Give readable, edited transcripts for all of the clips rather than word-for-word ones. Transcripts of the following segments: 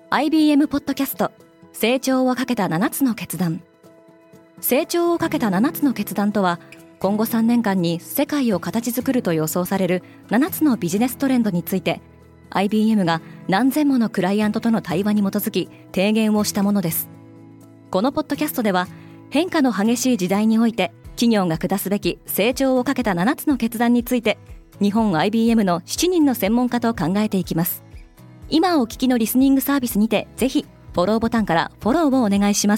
IBM ポッドキャスト成長をかけた7つの決断。成長をかけた7つの決断とは、今後3年間に世界を形作ると予想される7つのビジネストレンドについて、 IBM が何千ものクライアントとの対話に基づき提言をしたものです。このポッドキャストでは、変化の激しい時代において企業が下すべき成長をかけた7つの決断について、日本 IBM の7人の専門家と考えていきます。今お聞きのリスニングサービスにて、ぜひフォローボタンからフォローをお願いします。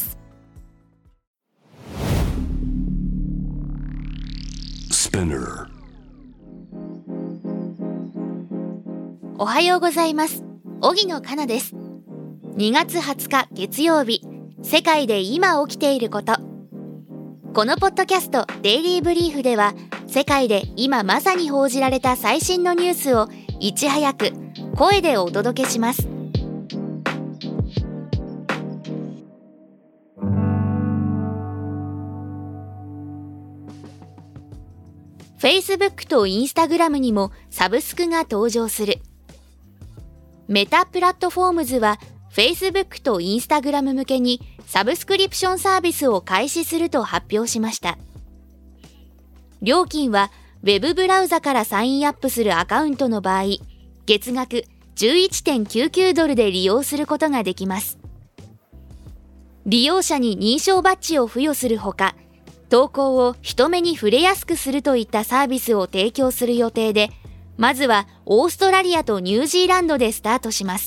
おはようございます。荻野かなです。2月20日月曜日、世界で今起きていること。このポッドキャストデイリーブリーフでは、世界で今まさに報じられた最新のニュースをいち早く声でお届けします。Facebook と Instagram にもサブスクが登場する。メタプラットフォームズは Facebook と Instagram 向けにサブスクリプションサービスを開始すると発表しました。料金は Web ブラウザからサインアップするアカウントの場合、月額 11.99 ドルで利用することができます。利用者に認証バッジを付与するほか、投稿を人目に触れやすくするといったサービスを提供する予定で、まずはオーストラリアとニュージーランドでスタートします。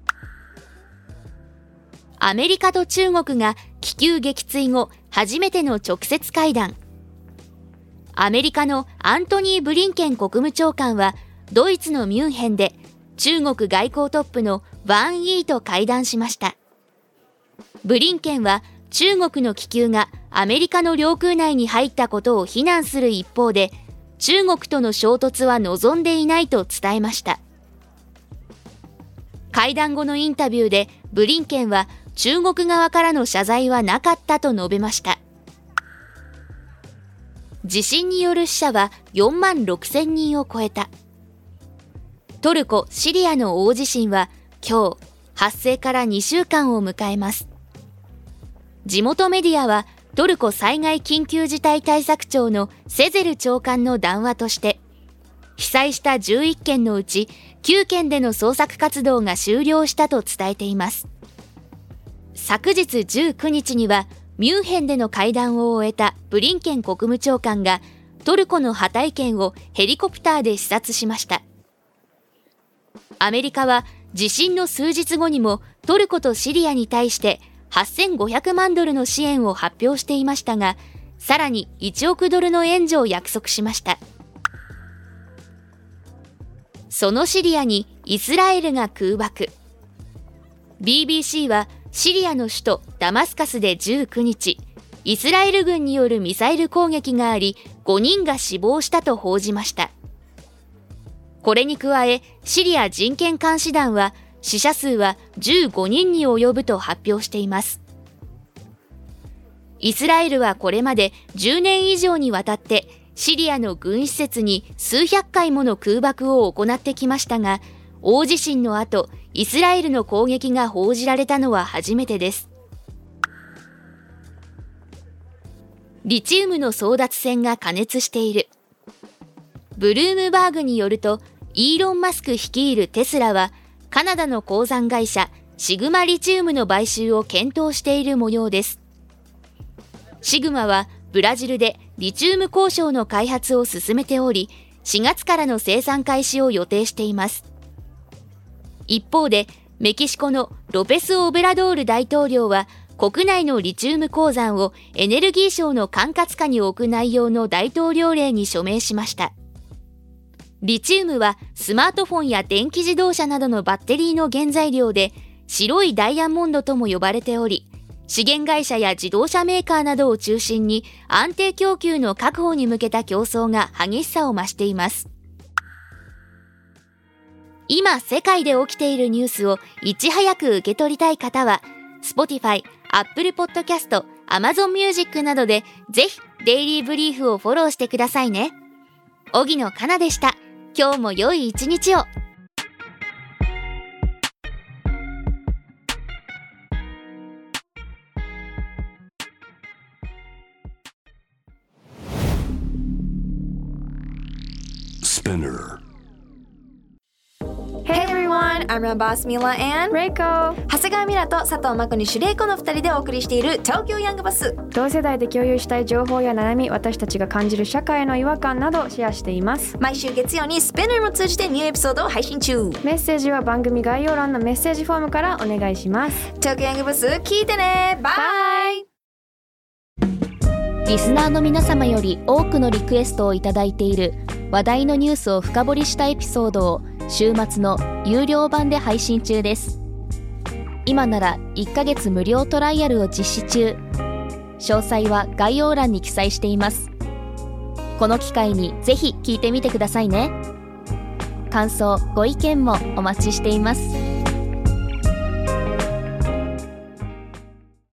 アメリカと中国が気球撃墜後初めての直接会談。アメリカのアントニー・ブリンケン国務長官はドイツのミュンヘンで中国外交トップのワン・イーと会談しました。ブリンケンは中国の気球がアメリカの領空内に入ったことを非難する一方で、中国との衝突は望んでいないと伝えました。会談後のインタビューでブリンケンは中国側からの謝罪はなかったと述べました。地震による死者は4万6,000人を超えた。トルコ・シリアの大地震は今日発生から2週間を迎えます。地元メディアはトルコ災害緊急事態対策庁のセゼル長官の談話として、被災した11件のうち9件での捜索活動が終了したと伝えています。昨日19日にはミュンヘンでの会談を終えたブリンケン国務長官がトルコのハタイ県をヘリコプターで視察しました。アメリカは地震の数日後にもトルコとシリアに対して8500万ドルの支援を発表していましたが、さらに1億ドルの援助を約束しました。そのシリアにイスラエルが空爆。BBC はシリアの首都ダマスカスで19日、イスラエル軍によるミサイル攻撃があり、5人が死亡したと報じました。これに加え、シリア人権監視団は死者数は15人に及ぶと発表しています。イスラエルはこれまで10年以上にわたってシリアの軍施設に数百回もの空爆を行ってきましたが、大地震の後、イスラエルの攻撃が報じられたのは初めてです。リチウムの争奪戦が過熱している。ブルームバーグによると、イーロン・マスク率いるテスラは、カナダの鉱山会社シグマリチウムの買収を検討している模様です。シグマはブラジルでリチウム鉱床の開発を進めており、4月からの生産開始を予定しています。一方で、メキシコのロペス・オブラドール大統領は、国内のリチウム鉱山をエネルギー省の管轄下に置く内容の大統領令に署名しました。リチウムはスマートフォンや電気自動車などのバッテリーの原材料で、白いダイヤモンドとも呼ばれており、資源会社や自動車メーカーなどを中心に安定供給の確保に向けた競争が激しさを増しています。今世界で起きているニュースをいち早く受け取りたい方は、Spotify、Apple Podcast、Amazon Music などでぜひデイリーブリーフをフォローしてくださいね。荻野かなでした。今日も良い一日を。 Spinner. Hey everyone, I'm your boss Mila and Reiko。 長谷川ミラと佐藤真子にシュレイコの2人でお送りしている東京ヤングバス。 同世代で共有したい情報や悩み、私たちが感じる社会の違和感などシェアしています。 毎週月曜にスペナーも通じてニューエピソードを配信中。 メッセージは番組概要欄のメッセージフォームからお願いします。 東京ヤングバス聞いてね。バイ。 リスナーの皆様より多くのリクエストをいただいている話題のニュースを深掘りしたエピソードを週末の有料版で配信中です。今なら1ヶ月無料トライアルを実施中。詳細は概要欄に記載しています。この機会にぜひ聞いてみてくださいね。感想、ご意見もお待ちしています。